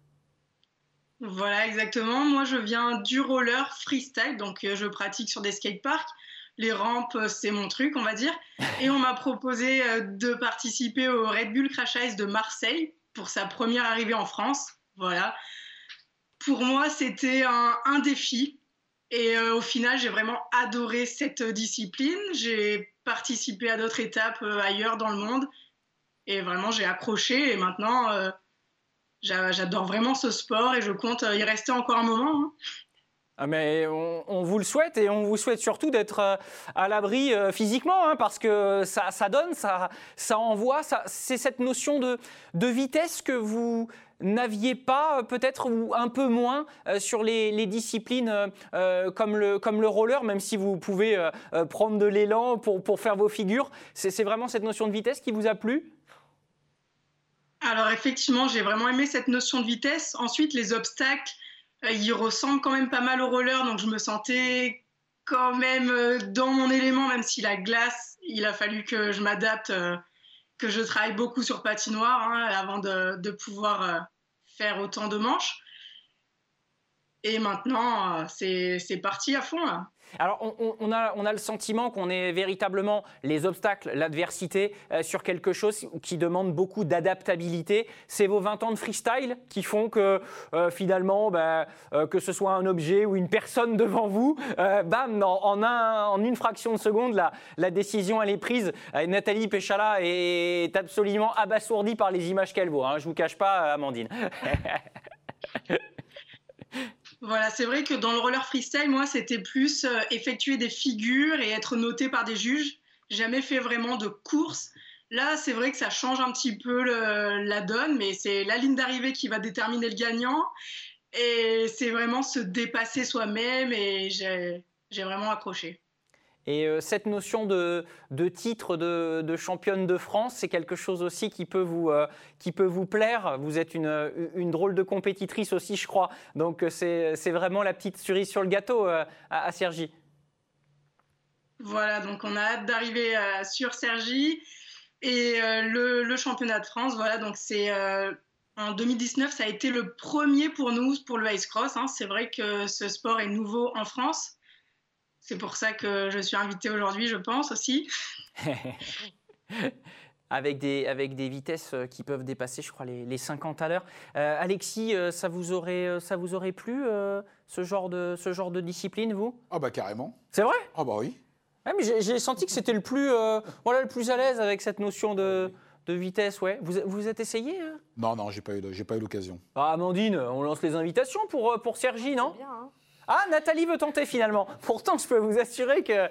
Voilà, exactement. Moi, je viens du roller freestyle, donc je pratique sur des skateparks. Les rampes, c'est mon truc, on va dire. Et on m'a proposé de participer au Red Bull Crash Ice de Marseille pour sa première arrivée en France. Voilà. Pour moi, c'était un défi. Et au final, j'ai vraiment adoré cette discipline. J'ai participé à d'autres étapes ailleurs dans le monde. Et vraiment, j'ai accroché. Et maintenant, j'adore vraiment ce sport et je compte y rester encore un moment. Hein. Ah mais on vous le souhaite et on vous souhaite surtout d'être à l'abri physiquement, hein, parce que ça donne, ça envoie. C'est cette notion de vitesse que vous n'aviez pas peut-être ou un peu moins sur les disciplines comme le roller, même si vous pouvez prendre de l'élan pour faire vos figures. C'est vraiment cette notion de vitesse qui vous a plu? Alors effectivement, j'ai vraiment aimé cette notion de vitesse. Ensuite, les obstacles, ils ressemblent quand même pas mal au roller, donc je me sentais quand même dans mon élément, même si la glace, il a fallu que je m'adapte, que je travaille beaucoup sur patinoire hein, avant de pouvoir faire autant de manches. Et maintenant, c'est parti à fond, là. Alors, on a le sentiment qu'on est véritablement les obstacles, l'adversité sur quelque chose qui demande beaucoup d'adaptabilité. C'est vos 20 ans de freestyle qui font que finalement, que ce soit un objet ou une personne devant vous, bam, en une fraction de seconde, la décision elle est prise. Nathalie Péchala est absolument abasourdie par les images qu'elle voit. Je ne vous cache pas, Amandine. Voilà, c'est vrai que dans le roller freestyle, moi, c'était plus effectuer des figures et être noté par des juges. Jamais fait vraiment de course. Là, c'est vrai que ça change un petit peu la donne, mais c'est la ligne d'arrivée qui va déterminer le gagnant. Et c'est vraiment se dépasser soi-même et j'ai vraiment accroché. Et cette notion de titre de championne de France, c'est quelque chose aussi qui peut vous plaire. Vous êtes une drôle de compétitrice aussi, je crois. Donc c'est vraiment la petite cerise sur le gâteau à Cergy. Voilà, donc on a hâte d'arriver sur Cergy. Et le championnat de France, voilà, donc c'est en 2019, ça a été le premier pour nous, pour le ice cross. C'est vrai que ce sport est nouveau en France. C'est pour ça que je suis invitée aujourd'hui, je pense aussi. Avec des vitesses qui peuvent dépasser, je crois, les 50 à l'heure. Alexis, ça vous aurait plu, ce genre de discipline, vous ? Ah bah carrément. C'est vrai ? Ah bah oui. Ouais, mais j'ai senti que c'était le plus à l'aise avec cette notion de vitesse. Ouais. Vous êtes essayé Non, j'ai pas eu l'occasion. Ah, Amandine, on lance les invitations pour Cergy, non ? C'est bien, hein. Ah, Nathalie veut tenter finalement. Pourtant, je peux vous assurer que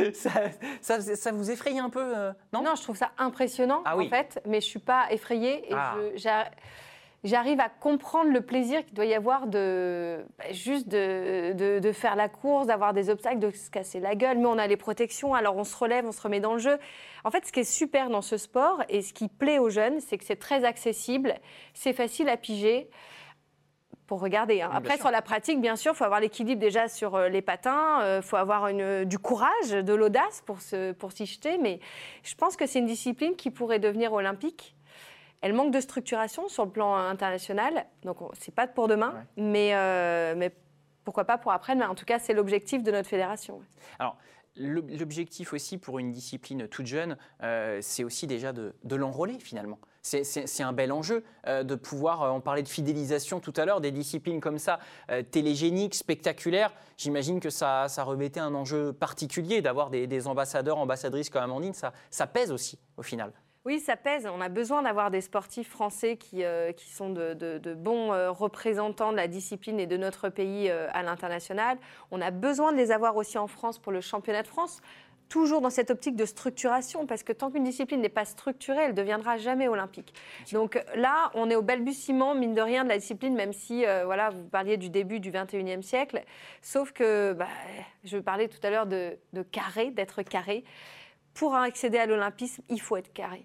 ça vous effraie un peu, non ? Non, je trouve ça impressionnant, Ah oui. en fait, mais je ne suis pas effrayée. Et Ah. j'arrive à comprendre le plaisir qu'il doit y avoir juste de faire la course, d'avoir des obstacles, de se casser la gueule. Mais on a les protections, alors on se relève, on se remet dans le jeu. En fait, ce qui est super dans ce sport et ce qui plaît aux jeunes, c'est que c'est très accessible, c'est facile à piger. Pour regarder. Oui, Après, sur la pratique, bien sûr, il faut avoir l'équilibre déjà sur les patins, il faut avoir du courage, de l'audace pour s'y jeter. Mais je pense que c'est une discipline qui pourrait devenir olympique. Elle manque de structuration sur le plan international, donc c'est pas pour demain, ouais. mais pourquoi pas pour après. Mais en tout cas, c'est l'objectif de notre fédération. Alors, l'objectif aussi pour une discipline toute jeune, c'est aussi déjà de l'enrôler finalement. C'est un bel enjeu de pouvoir, on parlait de fidélisation tout à l'heure, des disciplines comme ça, télégéniques, spectaculaires. J'imagine que ça revêtait un enjeu particulier d'avoir des ambassadeurs, ambassadrices comme Amandine, ça pèse aussi au final. Oui, ça pèse. On a besoin d'avoir des sportifs français qui sont de bons représentants de la discipline et de notre pays à l'international. On a besoin de les avoir aussi en France pour le championnat de France. Toujours dans cette optique de structuration, parce que tant qu'une discipline n'est pas structurée, elle ne deviendra jamais olympique. Donc là, on est au balbutiement, mine de rien, de la discipline, même si vous parliez du début du 21e siècle. Sauf que, je parlais tout à l'heure de carré, d'être carré. Pour accéder à l'olympisme, il faut être carré.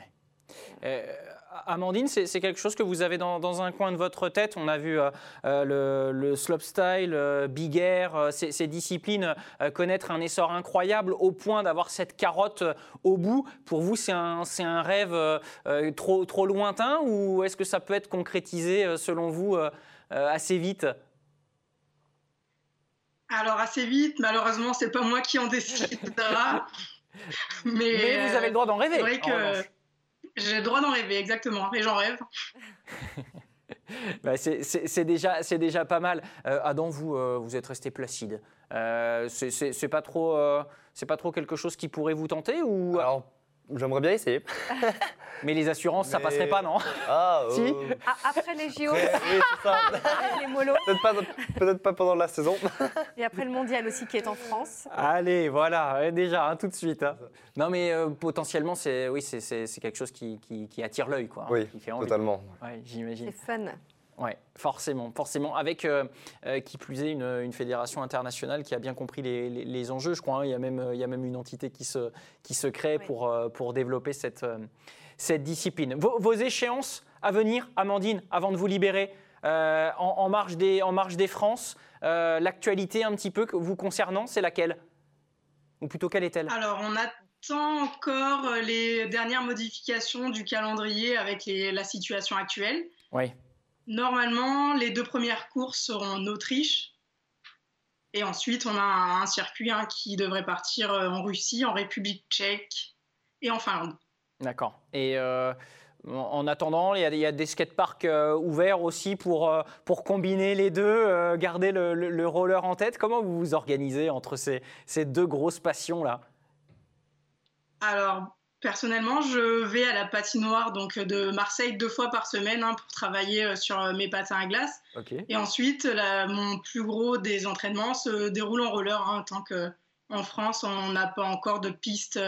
Amandine, c'est quelque chose que vous avez dans un coin de votre tête. On a vu le slopestyle, big air, ces disciplines connaître un essor incroyable au point d'avoir cette carotte au bout. Pour vous, c'est un rêve trop lointain ou est-ce que ça peut être concrétisé selon vous assez vite ? Alors assez vite, malheureusement, c'est pas moi qui en décidera. Mais vous avez le droit d'en rêver. C'est vrai que j'ai le droit d'en rêver, exactement, et j'en rêve. C'est déjà pas mal. Adam, vous êtes resté placide. C'est pas trop quelque chose qui pourrait vous tenter ou... Alors, j'aimerais bien essayer. Mais les assurances, ça passerait pas, non ? Si. Après les JO, oui, c'est ça. les molos. Peut-être pas pendant la saison. Et après le mondial aussi qui est en France. Allez, voilà, déjà, tout de suite. Non, mais potentiellement, c'est quelque chose qui attire l'œil, quoi. Oui, qui fait envie. totalement. Ouais, j'imagine. C'est fun. Oui, forcément. Avec qui plus est une fédération internationale qui a bien compris les enjeux. Je crois il y a même une entité qui se crée pour développer cette discipline. Vos échéances à venir, Amandine, avant de vous libérer, en marge des France, l'actualité un petit peu vous concernant, c'est laquelle ? Ou plutôt, quelle est-elle ? Alors, on attend encore les dernières modifications du calendrier avec la situation actuelle. Oui. Normalement, les 2 premières courses seront en Autriche. Et ensuite, on a un circuit qui devrait partir en Russie, en République tchèque et en Finlande. D'accord. Et en attendant, il y a des skateparks ouverts aussi pour combiner les deux, garder le roller en tête. Comment vous vous organisez entre ces deux grosses passions-là? Alors, personnellement, je vais à la patinoire donc, de Marseille 2 fois par semaine pour travailler sur mes patins à glace. Okay. Et ensuite, mon plus gros des entraînements se déroule en roller, tant qu'en France, on n'a pas encore de piste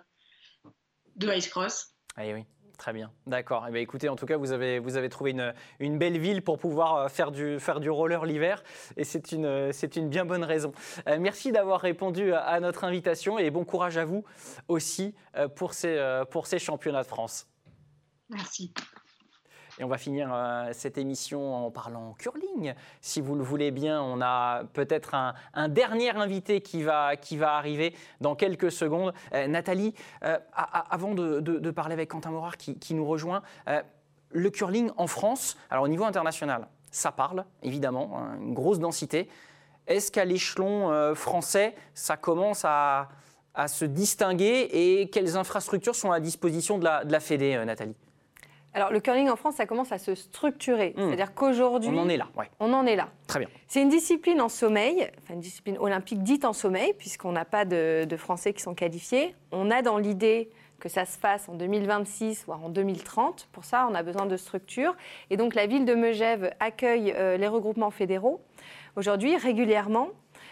de ice cross. Ah oui. Très bien, d'accord. Eh bien, écoutez, en tout cas, vous avez trouvé une belle ville pour pouvoir faire du roller l'hiver, et c'est une bien bonne raison. Merci d'avoir répondu à notre invitation et bon courage à vous aussi pour ces championnats de France. Merci. Et on va finir cette émission en parlant curling. Si vous le voulez bien, on a peut-être un dernier invité qui va arriver dans quelques secondes. Nathalie, avant de parler avec Quentin Morard qui nous rejoint, le curling en France, alors au niveau international, ça parle évidemment, une grosse densité. Est-ce qu'à l'échelon français, ça commence à se distinguer et quelles infrastructures sont à disposition de la Fédé, Nathalie? Alors, le curling en France, ça commence à se structurer. C'est-à-dire qu'aujourd'hui… On en est là, ouais. On en est là. Très bien. C'est une discipline en sommeil, une discipline olympique dite en sommeil, puisqu'on n'a pas de Français qui sont qualifiés. On a dans l'idée que ça se fasse en 2026, voire en 2030. Pour ça, on a besoin de structures. Et donc, la ville de Megève accueille les regroupements fédéraux. Aujourd'hui, régulièrement,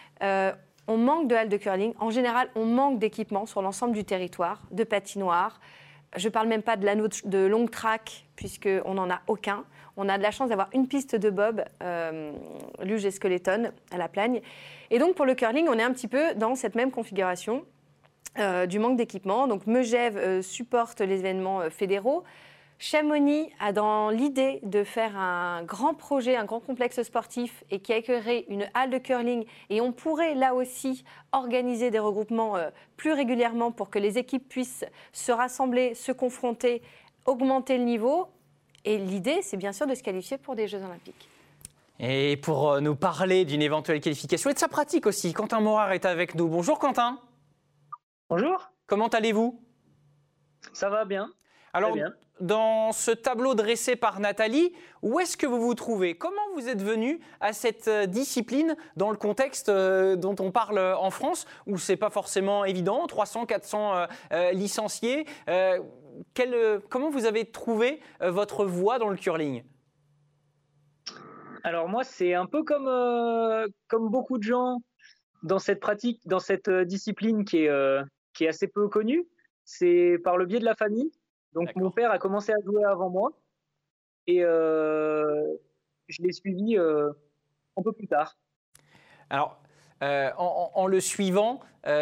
on manque de halles de curling. En général, on manque d'équipements sur l'ensemble du territoire, de patinoires. Je ne parle même pas de l'anneau de long track, puisqu'on n'en a aucun. On a de la chance d'avoir une piste de bob, luge et skeleton, à la Plagne. Et donc, pour le curling, on est un petit peu dans cette même configuration du manque d'équipement. Donc, Megève supporte les événements fédéraux. Chamonix a dans l'idée de faire un grand projet, un grand complexe sportif et qui accueillerait une halle de curling. Et on pourrait là aussi organiser des regroupements plus régulièrement pour que les équipes puissent se rassembler, se confronter, augmenter le niveau. Et l'idée, c'est bien sûr de se qualifier pour des Jeux Olympiques. Et pour nous parler d'une éventuelle qualification et de sa pratique aussi, Quentin Morard est avec nous. Bonjour Quentin. Bonjour. Comment allez-vous? Ça va bien. Alors, très bien. Dans ce tableau dressé par Nathalie, où est-ce que vous vous trouvez? Comment vous êtes venu à cette discipline dans le contexte dont on parle en France, où ce n'est pas forcément évident, 300, 400 licenciés comment vous avez trouvé votre voie dans le curling? Alors moi, c'est un peu comme beaucoup de gens dans cette pratique, dans cette discipline qui est assez peu connue. C'est par le biais de la famille. Donc mon père a commencé à jouer avant moi et je l'ai suivi un peu plus tard. Alors, en le suivant,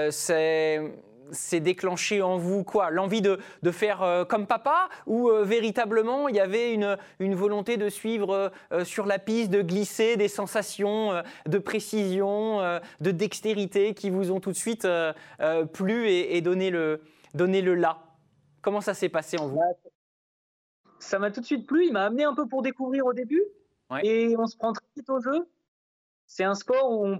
c'est déclenché en vous quoi? L'envie de faire comme papa, ou véritablement il y avait une volonté de suivre sur la piste, de glisser, des sensations de précision, de dextérité qui vous ont tout de suite plu et donné le là? Comment ça s'est passé en vous? Ça m'a tout de suite plu, il m'a amené un peu pour découvrir au début, ouais. Et on se prend très vite au jeu. C'est un sport où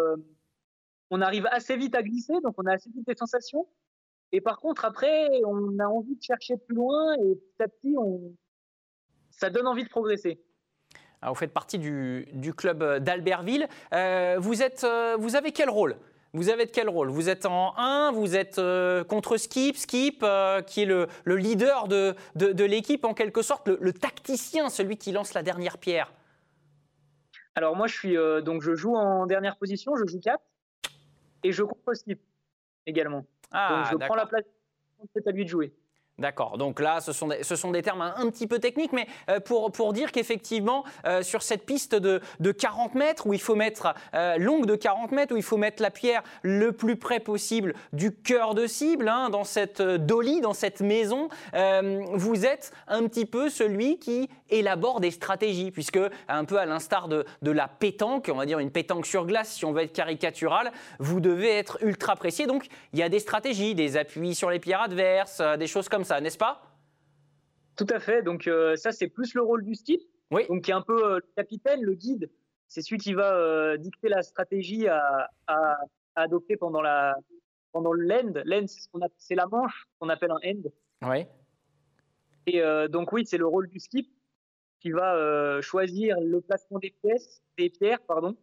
on arrive assez vite à glisser, donc on a assez vite des sensations. Et par contre, après, on a envie de chercher plus loin et petit à petit, ça donne envie de progresser. Alors, vous faites partie du club d'Albertville. Vous avez quel rôle? Vous avez de quel rôle? Vous êtes en 1, vous êtes contre Skip, qui est le leader de l'équipe en quelque sorte, le tacticien, celui qui lance la dernière pierre. Alors moi, je joue en dernière position, je joue 4 et je contre Skip également. Donc je prends la place, c'est à lui de jouer. D'accord, donc là, ce sont des termes un petit peu techniques, mais pour dire qu'effectivement, sur cette piste de 40 mètres, où il faut mettre, longue de 40 mètres, où il faut mettre la pierre le plus près possible du cœur de cible, dans cette dolly, dans cette maison, vous êtes un petit peu celui qui élabore des stratégies, puisque un peu à l'instar de la pétanque, on va dire une pétanque sur glace, si on veut être caricatural, vous devez être ultra précis. Donc, il y a des stratégies, des appuis sur les pierres adverses, des choses comme ça, n'est-ce pas? Tout à fait. Donc ça, c'est plus le rôle du Skip. Oui. Donc qui est un peu le capitaine, le guide. C'est celui qui va dicter la stratégie à adopter pendant l'end. L'end, c'est la manche qu'on appelle un end. Oui. Et donc oui, c'est le rôle du skip qui va choisir le placement des pierres,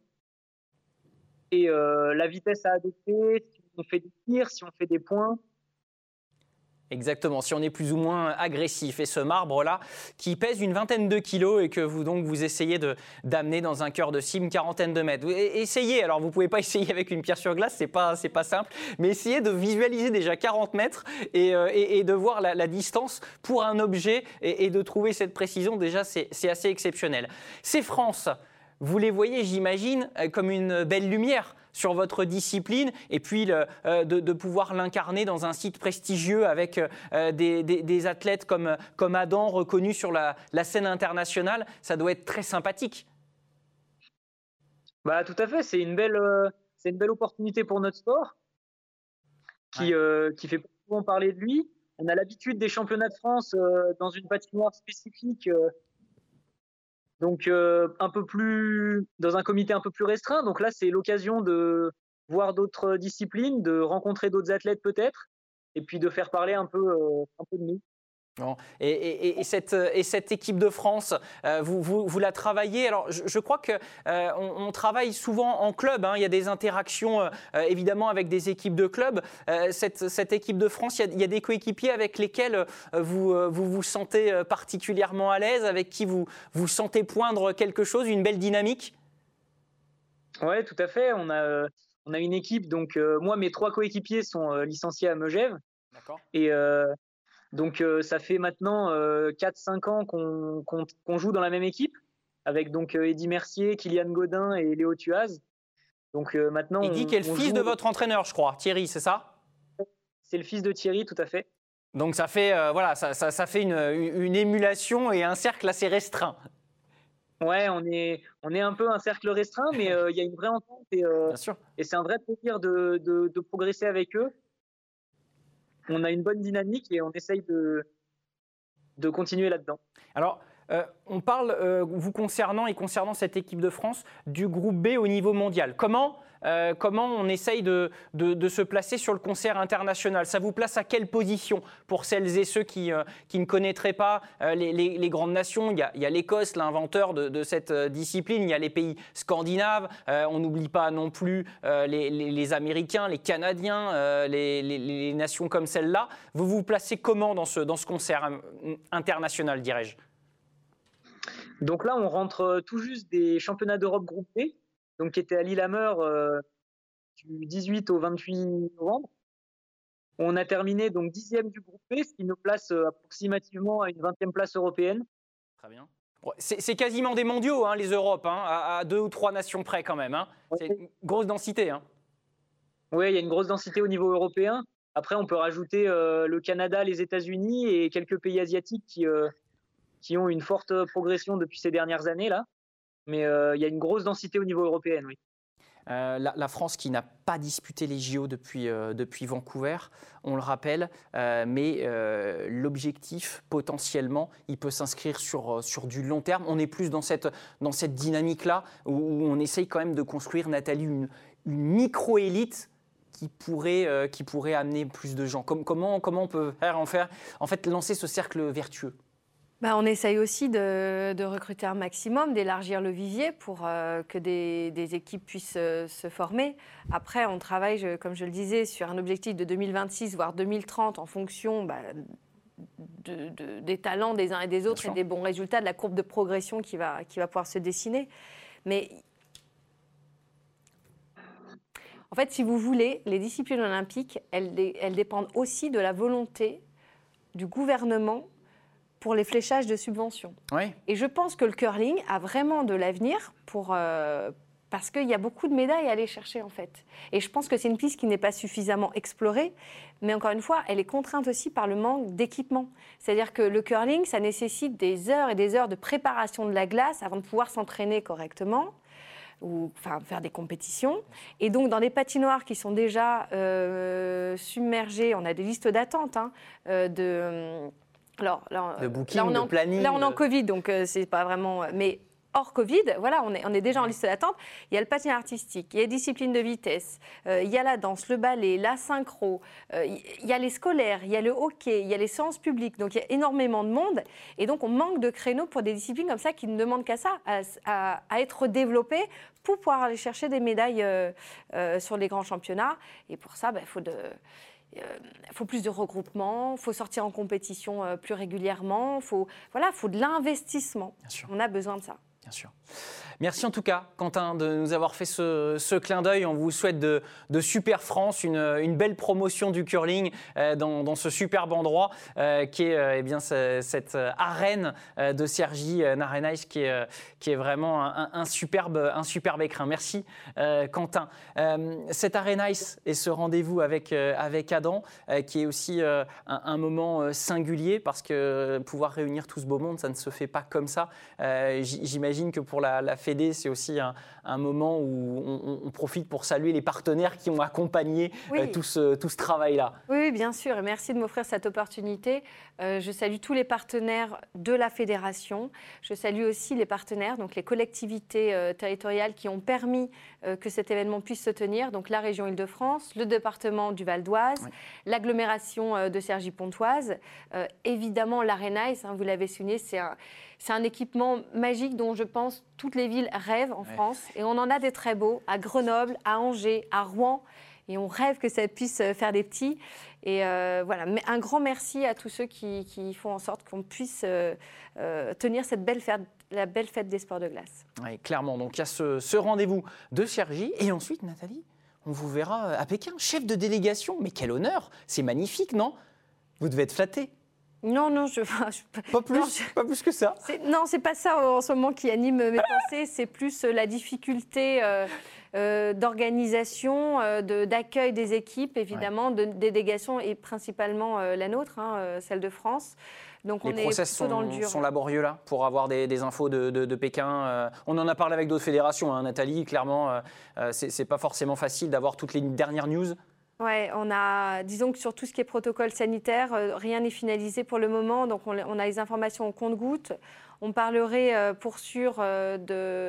et la vitesse à adopter, si on fait des tirs, si on fait des points. Exactement, si on est plus ou moins agressif. Et ce marbre-là, qui pèse une vingtaine de kilos et que vous essayez d'amener dans un cœur de cible, une quarantaine de mètres. Essayez, alors vous ne pouvez pas essayer avec une pierre sur glace, c'est pas simple, mais essayez de visualiser déjà 40 mètres et de voir la distance pour un objet et de trouver cette précision, déjà c'est assez exceptionnel. Ces France, vous les voyez, j'imagine, comme une belle lumière sur votre discipline, et puis de pouvoir l'incarner dans un site prestigieux avec des athlètes comme Adam, reconnus sur la scène internationale, ça doit être très sympathique. Bah, tout à fait, c'est une belle opportunité pour notre sport qui fait pas souvent parler de lui. On a l'habitude des championnats de France dans une patinoire spécifique, donc un peu plus dans un comité un peu plus restreint. Donc là, c'est l'occasion de voir d'autres disciplines, de rencontrer d'autres athlètes peut-être, et puis de faire parler un peu de nous. Bon. Et cette équipe de France, vous la travaillez. Alors, je crois qu'on travaille souvent en club. Hein. Il y a des interactions évidemment avec des équipes de club. Cette équipe de France, il y a des coéquipiers avec lesquels vous sentez particulièrement à l'aise, avec qui vous sentez poindre quelque chose, une belle dynamique. Ouais, tout à fait. On a une équipe. Donc moi, mes 3 coéquipiers sont licenciés à Megève. D'accord. Et donc ça fait maintenant 4-5 ans qu'on joue dans la même équipe, avec donc Eddy Mercier, Kylian Godin et Léo Tuaz. Donc maintenant, Eddy, qui est le fils de votre entraîneur, je crois, Thierry, c'est ça? C'est le fils de Thierry, tout à fait. Donc ça fait ça fait une émulation et un cercle assez restreint. Ouais, on est un peu un cercle restreint, mais il y a une vraie entente Bien sûr. Et c'est un vrai plaisir de progresser avec eux. On a une bonne dynamique et on essaye de continuer là-dedans. Alors, on parle, vous concernant et concernant cette équipe de France, du groupe B au niveau mondial. Comment on essaye de se placer sur le concert international? Ça vous place à quelle position pour celles et ceux qui ne connaîtraient pas les grandes nations? Il y a l'Écosse, l'inventeur de cette discipline, il y a les pays scandinaves, on n'oublie pas non plus les Américains, les Canadiens, les nations comme celle-là. Vous vous placez comment dans ce concert international, dirais-je? Donc là, on rentre tout juste des championnats d'Europe groupe B, donc qui étaient à Lillehammer du 18 au 28 novembre. On a terminé donc 10e du groupe B, ce qui nous place approximativement à une 20e place européenne. Très bien. C'est quasiment des mondiaux, hein, les Europes, hein, à 2 ou 3 nations près quand même. Hein. Ouais. C'est une grosse densité. Hein. Oui, il y a une grosse densité au niveau européen. Après, on peut rajouter le Canada, les États-Unis et quelques pays asiatiques qui ont une forte progression depuis ces dernières années là, mais il y a une grosse densité au niveau européen, oui. La France qui n'a pas disputé les JO depuis Vancouver, on le rappelle, mais l'objectif potentiellement, il peut s'inscrire sur du long terme. On est plus dans cette dynamique-là où on essaye quand même de construire, Nathalie, une micro-élite qui pourrait amener plus de gens. Comment on peut lancer ce cercle vertueux? On essaye aussi de recruter un maximum, d'élargir le vivier pour que des équipes puissent se former. Après, on travaille, comme je le disais, sur un objectif de 2026, voire 2030, en fonction des talents des uns et des autres et des bons résultats, de la courbe de progression qui va pouvoir se dessiner. Mais en fait, si vous voulez, les disciplines olympiques, elles dépendent aussi de la volonté du gouvernement pour les fléchages de subventions. Oui. Et je pense que le curling a vraiment de l'avenir parce qu'il y a beaucoup de médailles à aller chercher en fait. Et je pense que c'est une piste qui n'est pas suffisamment explorée, mais encore une fois, elle est contrainte aussi par le manque d'équipement. C'est-à-dire que le curling, ça nécessite des heures et des heures de préparation de la glace avant de pouvoir s'entraîner correctement ou faire des compétitions. Et donc, dans les patinoires qui sont déjà submergées, on a des listes d'attente Alors, de booking, de planning. Là, on est en Covid, donc c'est pas vraiment... Mais hors Covid, voilà, on est déjà en liste d'attente. Il y a le patinage artistique, il y a les disciplines de vitesse, il y a la danse, le ballet, la synchro, il y a les scolaires, il y a le hockey, il y a les séances publiques. Donc, il y a énormément de monde. Et donc, on manque de créneaux pour des disciplines comme ça qui ne demandent qu'à ça, à être développées pour pouvoir aller chercher des médailles sur les grands championnats. Et pour ça, il faut plus de regroupement, il faut sortir en compétition plus régulièrement, il faut de l'investissement. On a besoin de ça. Bien sûr. Merci en tout cas, Quentin, de nous avoir fait ce clin d'œil. On vous souhaite de Super France, une belle promotion du curling dans ce superbe endroit qui est cette arène de Cergy, Narenice, qui est vraiment un superbe écrin. Merci, Quentin. Cette Narenice et ce rendez-vous avec Adam, qui est aussi un moment singulier, parce que pouvoir réunir tout ce beau monde, ça ne se fait pas comme ça. J'imagine que pour la Fédé, c'est aussi un moment où on profite pour saluer les partenaires qui ont accompagné tout ce travail-là. Oui, bien sûr. Et merci de m'offrir cette opportunité. Je salue tous les partenaires de la fédération. Je salue aussi les partenaires, donc les collectivités territoriales qui ont permis que cet événement puisse se tenir. Donc la région Île-de-France, le département du Val d'Oise, l'agglomération de Cergy-Pontoise. Évidemment, l'Arenice, vous l'avez souligné, c'est un équipement magique dont je pense toutes les villes rêvent en France. Et on en a des très beaux à Grenoble, à Angers, à Rouen. Et on rêve que ça puisse faire des petits. Et voilà, un grand merci à tous ceux qui font en sorte qu'on puisse tenir la belle fête des sports de glace. Oui, clairement. Donc il y a ce rendez-vous de Cergy. Et ensuite, Nathalie, on vous verra à Pékin, chef de délégation. Mais quel honneur! C'est magnifique, non? Vous devez être flatté. Non, Pas plus que ça. Non, c'est pas ça en ce moment qui anime mes pensées. C'est plus la difficulté d'organisation, d'accueil des équipes, évidemment, de délégation et principalement la nôtre, celle de France. Donc les process sont laborieux là pour avoir des infos de Pékin. On en a parlé avec d'autres fédérations, Nathalie. Clairement, c'est pas forcément facile d'avoir toutes les dernières news. Oui, disons que sur tout ce qui est protocole sanitaire, rien n'est finalisé pour le moment. Donc, on a les informations au compte-gouttes. On parlerait pour sûr pas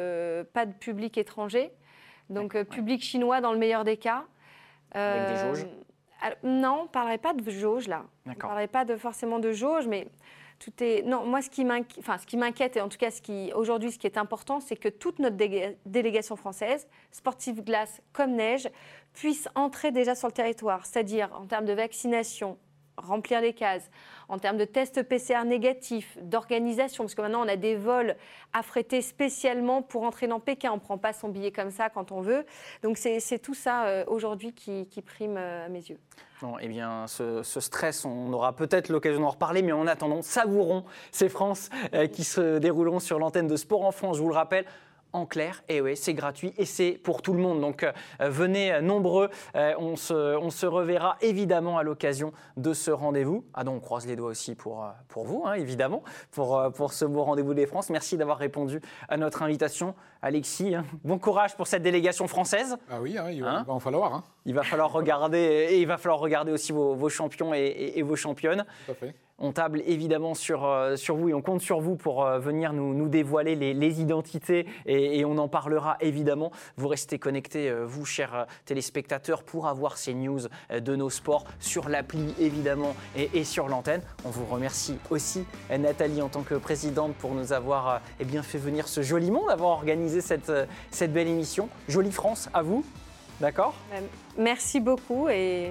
de public étranger. Donc, public chinois dans le meilleur des cas. Avec des jauges? Non, on ne parlerait pas de jauge là. On ne parlerait pas forcément de jauge, mais tout est... Non, moi, ce qui m'inquiète, et en tout cas, aujourd'hui, ce qui est important, c'est que toute notre délégation française, sportive glace comme neige, puisse entrer déjà sur le territoire, c'est-à-dire en termes de vaccination, remplir les cases, en termes de tests PCR négatifs, d'organisation, parce que maintenant on a des vols affrétés spécialement pour entrer dans Pékin, on ne prend pas son billet comme ça quand on veut. Donc c'est tout ça aujourd'hui qui prime à mes yeux. Bon, eh bien, ce stress, on aura peut-être l'occasion d'en reparler, mais en attendant, savourons ces France qui se dérouleront sur l'antenne de Sport en France, je vous le rappelle. En clair, et oui, c'est gratuit et c'est pour tout le monde. Donc venez nombreux, on se reverra évidemment à l'occasion de ce rendez-vous. Donc on croise les doigts aussi pour vous, évidemment, pour ce beau rendez-vous des France. Merci d'avoir répondu à notre invitation. Alexis, bon courage pour cette délégation française. Ah oui, il va en falloir. Il va falloir regarder, et il va falloir regarder aussi vos champions et vos championnes. Tout à fait. On table évidemment sur vous et on compte sur vous pour venir nous dévoiler les identités et on en parlera évidemment. Vous restez connectés, vous, chers téléspectateurs, pour avoir ces news de nos sports sur l'appli évidemment et sur l'antenne. On vous remercie aussi, Nathalie, en tant que présidente, pour nous avoir fait venir ce joli monde, avoir organisé cette belle émission. Jolie France à vous, d'accord ? Merci beaucoup et...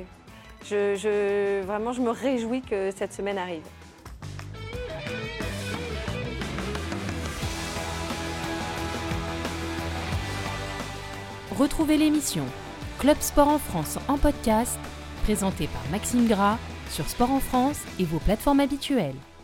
Vraiment, je me réjouis que cette semaine arrive. Retrouvez l'émission Club Sport en France en podcast, présentée par Maxime Gras sur Sport en France et vos plateformes habituelles.